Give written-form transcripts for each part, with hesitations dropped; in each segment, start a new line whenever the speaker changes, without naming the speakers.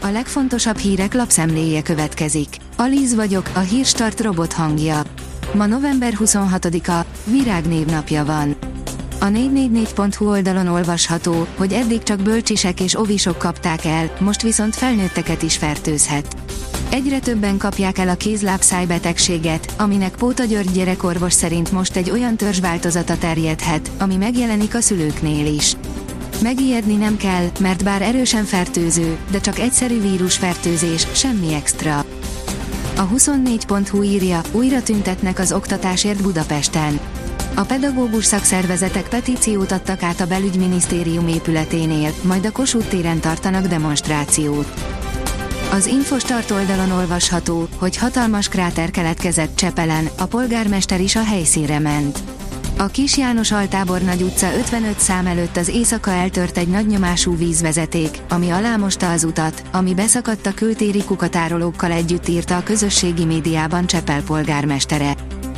A legfontosabb hírek lapszemléje következik. Alíz vagyok, a Hírstart robot hangja. Ma november 26-a, Virág névnapja van. A 444.hu oldalon olvasható, hogy eddig csak bölcsisek és ovisok kapták el, most viszont felnőtteket is fertőzhet. Egyre többen kapják el a kézlábszájbetegséget, aminek Póta György gyerekorvos szerint most egy olyan törzsváltozata terjedhet, ami megjelenik a szülőknél is. Megijedni nem kell, mert bár erősen fertőző, de csak egyszerű vírusfertőzés, semmi extra. A 24.hu írja, újra tüntetnek az oktatásért Budapesten. A pedagógus szakszervezetek petíciót adtak át a belügyminisztérium épületénél, majd a Kossuth téren tartanak demonstrációt. Az Infostart oldalon olvasható, hogy hatalmas kráter keletkezett Csepelen, a polgármester is a helyszínre ment. A Kis János Altábornagy utca 55 szám előtt az éjszaka eltört egy nagynyomású vízvezeték, ami alámosta az utat, ami beszakadt a kültéri kukatárolókkal együtt, írta a közösségi médiában Csepel polgármestere.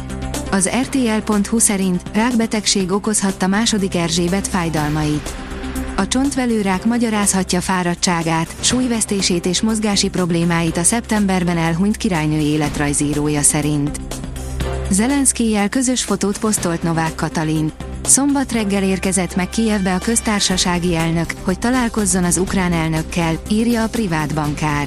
Az RTL.hu szerint rákbetegség okozhatta II. Erzsébet fájdalmait. A csontvelőrák magyarázhatja fáradtságát, súlyvesztését és mozgási problémáit a szeptemberben elhunyt királynő életrajzírója szerint. Zelenszkijjel közös fotót posztolt Novák Katalin. Szombat reggel érkezett meg Kijevbe a köztársasági elnök, hogy találkozzon az ukrán elnökkel, írja a privát bankár.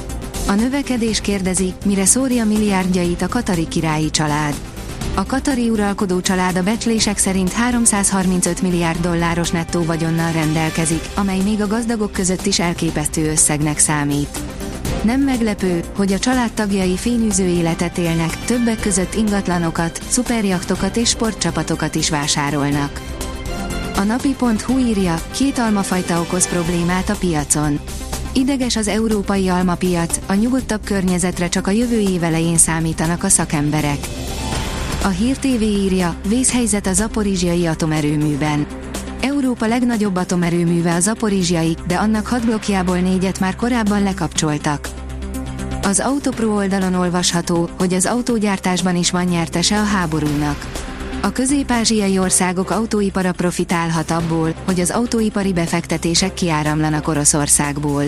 A növekedés kérdezi, mire szórja milliárdjait a katari királyi család. A katari uralkodó család a becslések szerint $335 milliárd nettó vagyonnal rendelkezik, amely még a gazdagok között is elképesztő összegnek számít. Nem meglepő, hogy a család tagjai fényűző életet élnek, többek között ingatlanokat, szuperjachtokat és sportcsapatokat is vásárolnak. A napi.hu írja, 2 almafajta okoz problémát a piacon. Ideges az európai almapiac, a nyugodtabb környezetre csak a jövő év elején számítanak a szakemberek. A Hír TV írja, vészhelyzet a zaporizsjai atomerőműben. Európa legnagyobb atomerőműve a zaporizsjai, de annak 6 blokkjából 4-et már korábban lekapcsoltak. Az Autopro oldalon olvasható, hogy az autógyártásban is van nyertese a háborúnak. A közép-ázsiai országok autóipara profitálhat abból, hogy az autóipari befektetések kiáramlanak Oroszországból.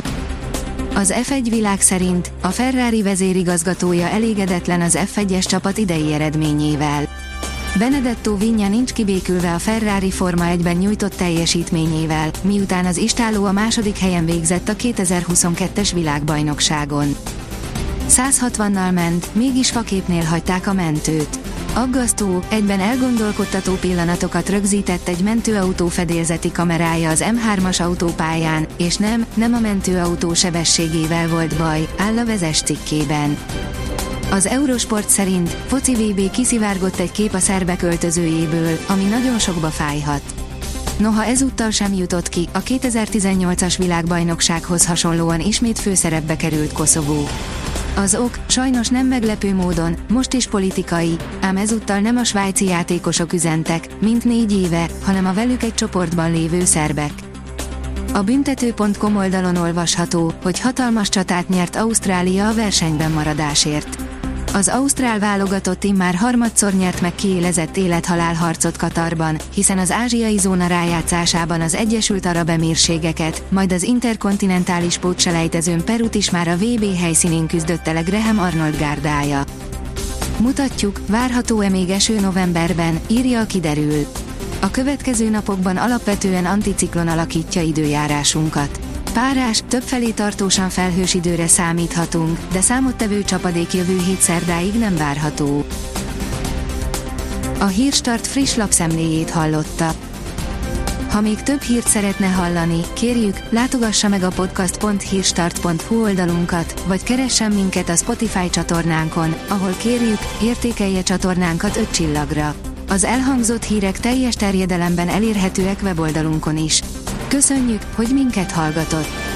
Az F1 világ szerint a Ferrari vezérigazgatója elégedetlen az F1-es csapat idei eredményével. Benedetto Vigna nincs kibékülve a Ferrari Forma 1-ben nyújtott teljesítményével, miután az istálló a 2. helyen végzett a 2022-es világbajnokságon. 160-nal ment, mégis faképnél hagyták a mentőt. Aggasztó, egyben elgondolkodtató pillanatokat rögzített egy mentőautó fedélzeti kamerája az M3-as autópályán, és nem a mentőautó sebességével volt baj, áll a Vezes cikkében. Az Eurosport szerint foci VB kiszivárgott egy kép a szerbek öltözőjéből, ami nagyon sokba fájhat. Noha ezúttal sem jutott ki, a 2018-as világbajnoksághoz hasonlóan ismét főszerepbe került Koszovó. Az ok, sajnos nem meglepő módon, most is politikai, ám ezúttal nem a svájci játékosok üzentek, mint 4 éve, hanem a velük egy csoportban lévő szerbek. A büntető.com oldalon olvasható, hogy hatalmas csatát nyert Ausztrália a versenyben maradásért. Az ausztrál válogatott immár harmadszor nyert meg kiélezett élet-halál harcot Katarban, hiszen az ázsiai zóna rájátszásában az Egyesült Arab Emírségeket, majd az interkontinentális pótselejtezőn Perut is már a VB helyszínén küzdötte le Graham Arnold gárdája. Mutatjuk, várható-e még eső novemberben, írja a Kiderül. A következő napokban alapvetően anticiklon alakítja időjárásunkat. Párás, többfelé tartósan felhős időre számíthatunk, de számottevő csapadék jövő hét szerdáig nem várható. A Hírstart friss lapszemléjét hallotta. Ha még több hírt szeretne hallani, kérjük, látogassa meg a podcast.hírstart.hu oldalunkat, vagy keressen minket a Spotify csatornánkon, ahol kérjük, értékelje csatornánkat 5 csillagra. Az elhangzott hírek teljes terjedelemben elérhetőek weboldalunkon is. Köszönjük, hogy minket hallgatott!